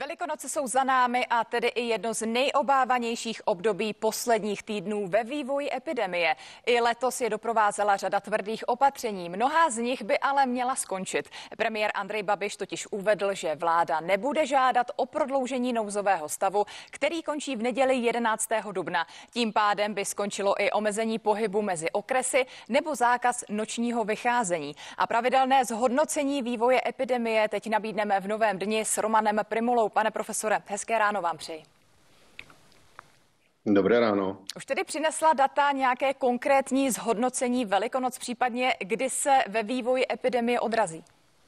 Velikonoce jsou za námi a tedy i jedno z nejobávanějších období posledních týdnů ve vývoji epidemie. I letos je doprovázela řada tvrdých opatření. Mnohá z nich by ale měla skončit. Premiér Andrej Babiš totiž uvedl, že vláda nebude žádat o prodloužení nouzového stavu, který končí v neděli 11. dubna. Tím pádem by skončilo i omezení pohybu mezi okresy nebo zákaz nočního vycházení. A pravidelné zhodnocení vývoje epidemie teď nabídneme v Novém dni s Romanem Primulou. Pane profesore, hezké ráno vám přeji. Dobré ráno. Už tedy přinesla data nějaké konkrétní zhodnocení Velikonoc, případně kdy se ve vývoji epidemie odrazí?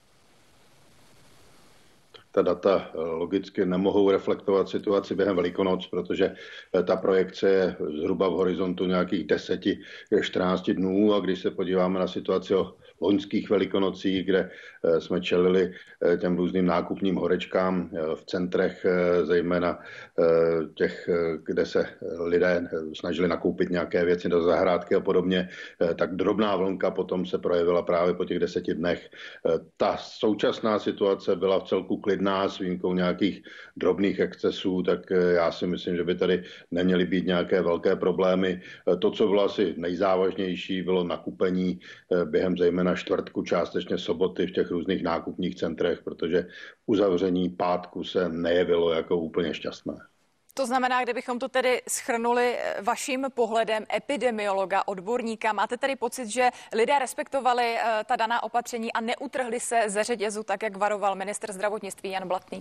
Ta data logicky nemohou reflektovat situaci během Velikonoc, protože ta projekce je zhruba v horizontu nějakých 10-14 dnů a když se podíváme na situaci o loňských Velikonocích, kde jsme čelili těm různým nákupním horečkám v centrech, zejména těch, kde se lidé snažili nakoupit nějaké věci do zahrádky a podobně, tak drobná vlnka potom se projevila právě po těch 10 dnech. Ta současná situace byla vcelku klidná s výjimkou nějakých drobných excesů, tak já si myslím, že by tady neměly být nějaké velké problémy. To, co bylo asi nejzávažnější, bylo nakupení během zejména čtvrtku, částečně soboty v těch různých nákupních centrech, protože uzavření pátku se nejevilo jako úplně šťastné. To znamená, kdybychom to tedy shrnuli vaším pohledem epidemiologa, odborníka, máte tedy pocit, že lidé respektovali ta daná opatření a neutrhli se ze řetězu, tak jak varoval ministr zdravotnictví Jan Blatný?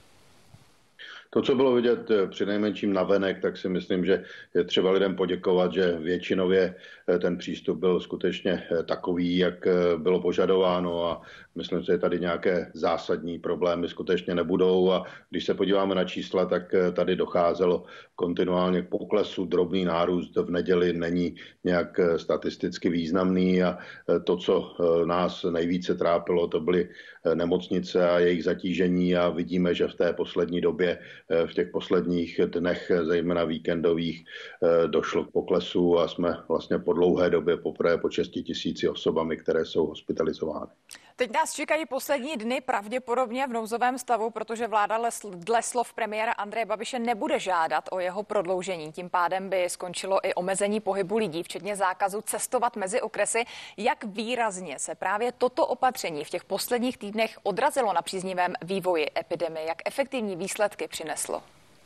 To, co bylo vidět přinejmenším navenek, tak si myslím, že je třeba lidem poděkovat, že většinově ten přístup byl skutečně takový, jak bylo požadováno a myslím si, že tady nějaké zásadní problémy skutečně nebudou a když se podíváme na čísla, tak tady docházelo kontinuálně k poklesu, drobný nárůst v neděli není nějak statisticky významný a to, co nás nejvíce trápilo, to byly nemocnice a jejich zatížení a vidíme, že v té poslední době, v těch posledních dnech, zejména víkendových, došlo k poklesu a jsme vlastně po dlouhé době poprvé po 6 000 osobami, které jsou hospitalizovány. Teď nás čekají poslední dny pravděpodobně v nouzovém stavu, protože vláda dle slov premiéra Andreje Babiše nebude žádat o jeho prodloužení. Tím pádem by skončilo i omezení pohybu lidí, včetně zákazu cestovat mezi okresy. Jak výrazně se právě toto opatření v těch posledních týdnech odrazilo na příznivém vývoji epidemie? Jak efektivní výsledky přineslo?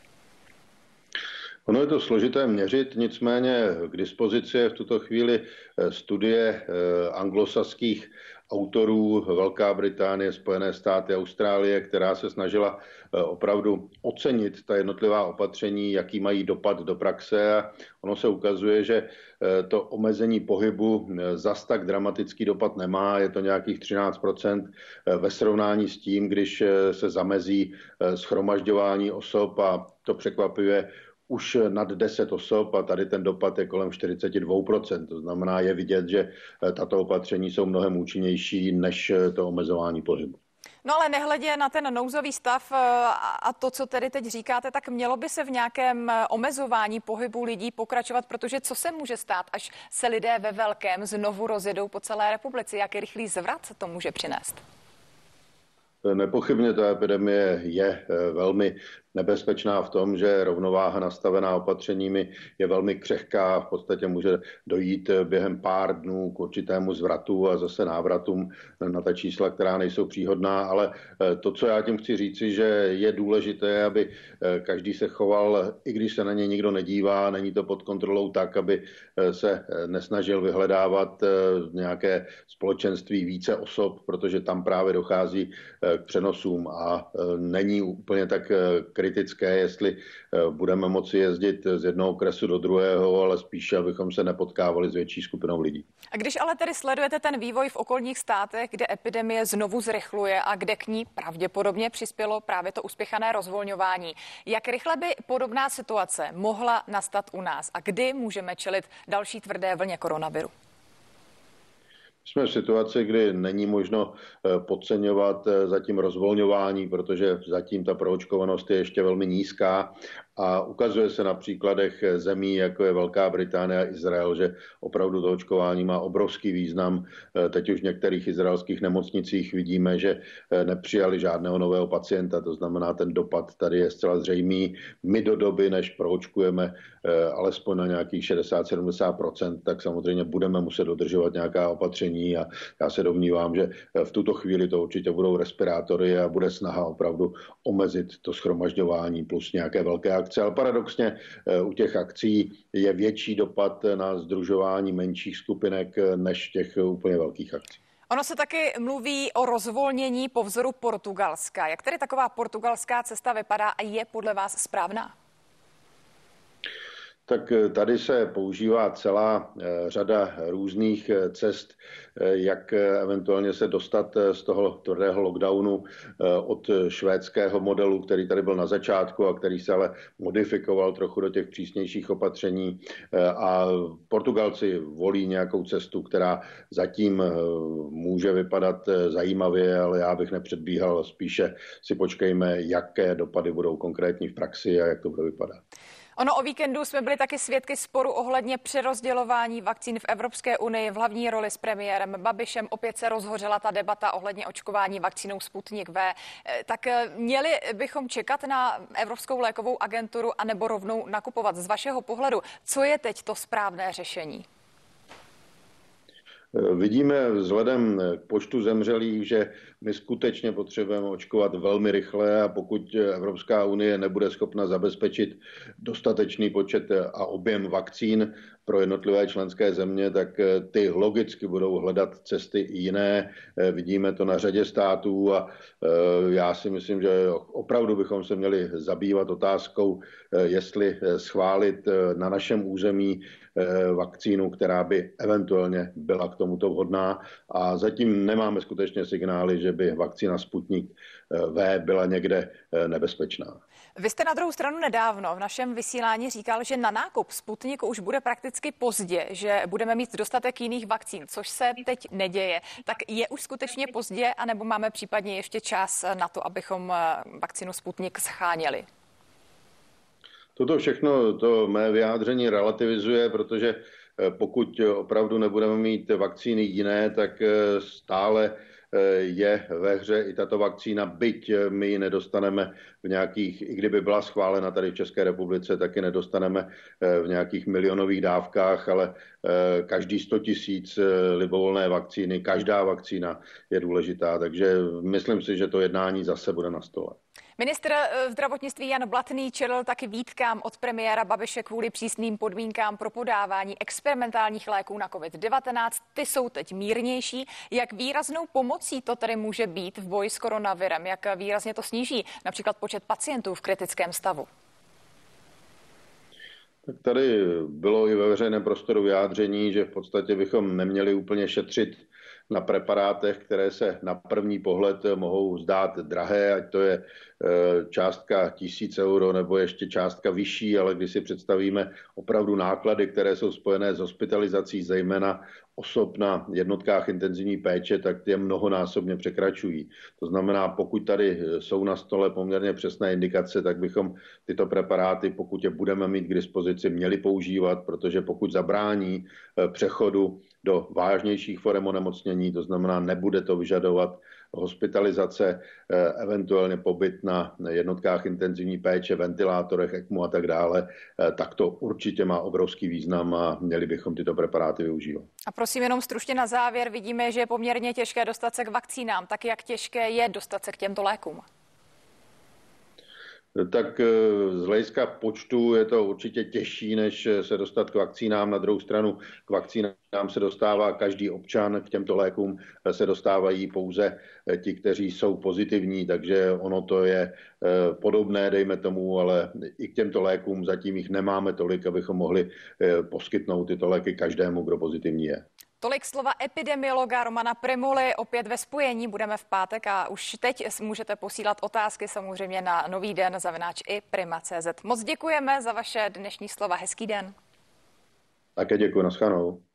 Ono je to složité měřit, nicméně k dispozici je v tuto chvíli studie anglosaských autorů Velká Británie, Spojené státy, Austrálie, která se snažila opravdu ocenit ta jednotlivá opatření, jaký mají dopad do praxe a ono se ukazuje, že to omezení pohybu zas tak dramatický dopad nemá, je to nějakých 13% ve srovnání s tím, když se zamezí shromažďování osob a to překvapuje už nad 10 osob a tady ten dopad je kolem 42%. To znamená, je vidět, že tato opatření jsou mnohem účinnější než to omezování pohybu. No ale nehledě na ten nouzový stav a to, co tedy teď říkáte, tak mělo by se v nějakém omezování pohybu lidí pokračovat, protože co se může stát, až se lidé ve velkém znovu rozjedou po celé republice? Jaký rychlý zvrat to může přinést? Nepochybně ta epidemie je velmi nebezpečná v tom, že rovnováha nastavená opatřeními je velmi křehká. V podstatě může dojít během pár dnů k určitému zvratu a zase návratům na ta čísla, která nejsou příhodná. Ale to, co já tím chci říci, že je důležité, aby každý se choval, i když se na ně nikdo nedívá, není to pod kontrolou tak, aby se nesnažil vyhledávat nějaké společenství více osob, protože tam právě dochází k přenosům a není úplně tak kritické, jestli budeme moci jezdit z jednoho okresu do druhého, ale spíše, abychom se nepotkávali s větší skupinou lidí. A když ale tedy sledujete ten vývoj v okolních státech, kde epidemie znovu zrychluje a kde k ní pravděpodobně přispělo právě to uspěchané rozvolňování, jak rychle by podobná situace mohla nastat u nás a kdy můžeme čelit další tvrdé vlně koronaviru? Jsme v situaci, kdy není možno podceňovat zatím rozvolňování, protože zatím ta proočkovanost je ještě velmi nízká A ukazuje se na příkladech zemí, jako je Velká Británie a Izrael, že opravdu to očkování má obrovský význam. Teď už v některých izraelských nemocnicích vidíme, že nepřijali žádného nového pacienta, to znamená, ten dopad tady je zcela zřejmý. My do doby, než proočkujeme alespoň na nějakých 60-70%, tak samozřejmě budeme muset dodržovat nějaká opatření a já se domnívám, že v tuto chvíli to určitě budou respirátory a bude snaha opravdu omezit to shromažďování plus nějaké velké akce. Ale paradoxně u těch akcí je větší dopad na sdružování menších skupinek než těch úplně velkých akcí. Ono se taky mluví o rozvolnění po vzoru Portugalska. Jak tedy taková portugalská cesta vypadá a je podle vás správná? Tak tady se používá celá řada různých cest, jak eventuálně se dostat z toho tvrdého lockdownu od švédského modelu, který tady byl na začátku a který se ale modifikoval trochu do těch přísnějších opatření. A Portugalci volí nějakou cestu, která zatím může vypadat zajímavě, ale já bych nepředbíhal, spíše si počkejme, jaké dopady budou konkrétní v praxi a jak to bude vypadat. Ono o víkendu jsme byli taky svědky sporu ohledně přerozdělování vakcín v Evropské unii. V hlavní roli s premiérem Babišem opět se rozhořela ta debata ohledně očkování vakcínou Sputnik V. Tak měli bychom čekat na Evropskou lékovou agenturu anebo rovnou nakupovat? Z vašeho pohledu, co je teď to správné řešení? Vidíme vzhledem k počtu zemřelých, že my skutečně potřebujeme očkovat velmi rychle a pokud Evropská unie nebude schopna zabezpečit dostatečný počet a objem vakcín pro jednotlivé členské země, tak ty logicky budou hledat cesty jiné. Vidíme to na řadě států a já si myslím, že opravdu bychom se měli zabývat otázkou, jestli schválit na našem území vakcínu, která by eventuálně byla k tomuto vhodná. A zatím nemáme skutečně signály, že by vakcína Sputnik V byla někde nebezpečná. Vy jste na druhou stranu nedávno v našem vysílání říkal, že na nákup Sputniku už bude prakticky pozdě, že budeme mít dostatek jiných vakcín, což se teď neděje. Tak je už skutečně pozdě, anebo máme případně ještě čas na to, abychom vakcínu Sputnik scháněli? Toto všechno to mé vyjádření relativizuje, protože pokud opravdu nebudeme mít vakcíny jiné, tak stále je ve hře i tato vakcína, byť my ji nedostaneme v nějakých, i kdyby byla schválena tady v České republice, taky nedostaneme v nějakých milionových dávkách, ale každý 100 000 libovolné vakcíny, každá vakcína je důležitá, takže myslím si, že to jednání zase bude na stole. Ministr zdravotnictví Jan Blatný čelil taky výtkám od premiéra Babiše kvůli přísným podmínkám pro podávání experimentálních léků na COVID-19. Ty jsou teď mírnější. Jak výraznou pomocí to tedy může být v boji s koronavirem? Jak výrazně to sníží například počet pacientů v kritickém stavu? Tak tady bylo i ve veřejném prostoru vyjádření, že v podstatě bychom neměli úplně šetřit na preparátech, které se na první pohled mohou zdát drahé, ať to je částka 1000 euro nebo ještě částka vyšší, ale když si představíme opravdu náklady, které jsou spojené s hospitalizací, zejména osob na jednotkách intenzivní péče, tak ty je mnohonásobně překračují. To znamená, pokud tady jsou na stole poměrně přesné indikace, tak bychom tyto preparáty, pokud je budeme mít k dispozici, měli používat, protože pokud zabrání přechodu do vážnějších forem onemocnění, to znamená, nebude to vyžadovat hospitalizace, eventuálně pobyt na jednotkách intenzivní péče, ventilátorech, ECMO a tak dále, tak to určitě má obrovský význam a měli bychom tyto preparáty využívat. A prosím jenom stručně na závěr, vidíme, že je poměrně těžké dostat se k vakcínám. Tak jak těžké je dostat se k těmto lékům? Tak z hlediska počtu je to určitě těžší, než se dostat k vakcínám. Na druhou stranu k vakcínám se dostává každý občan, k těmto lékům se dostávají pouze ti, kteří jsou pozitivní, takže ono to je podobné, dejme tomu, ale i k těmto lékům zatím jich nemáme tolik, abychom mohli poskytnout tyto léky každému, kdo pozitivní je. Tolik slova epidemiologa Romana Prymuly. Opět ve spojení budeme v pátek a už teď můžete posílat otázky samozřejmě na novýden@i-prima.cz. Moc děkujeme za vaše dnešní slova. Hezký den. Také děkuji, nashledanou.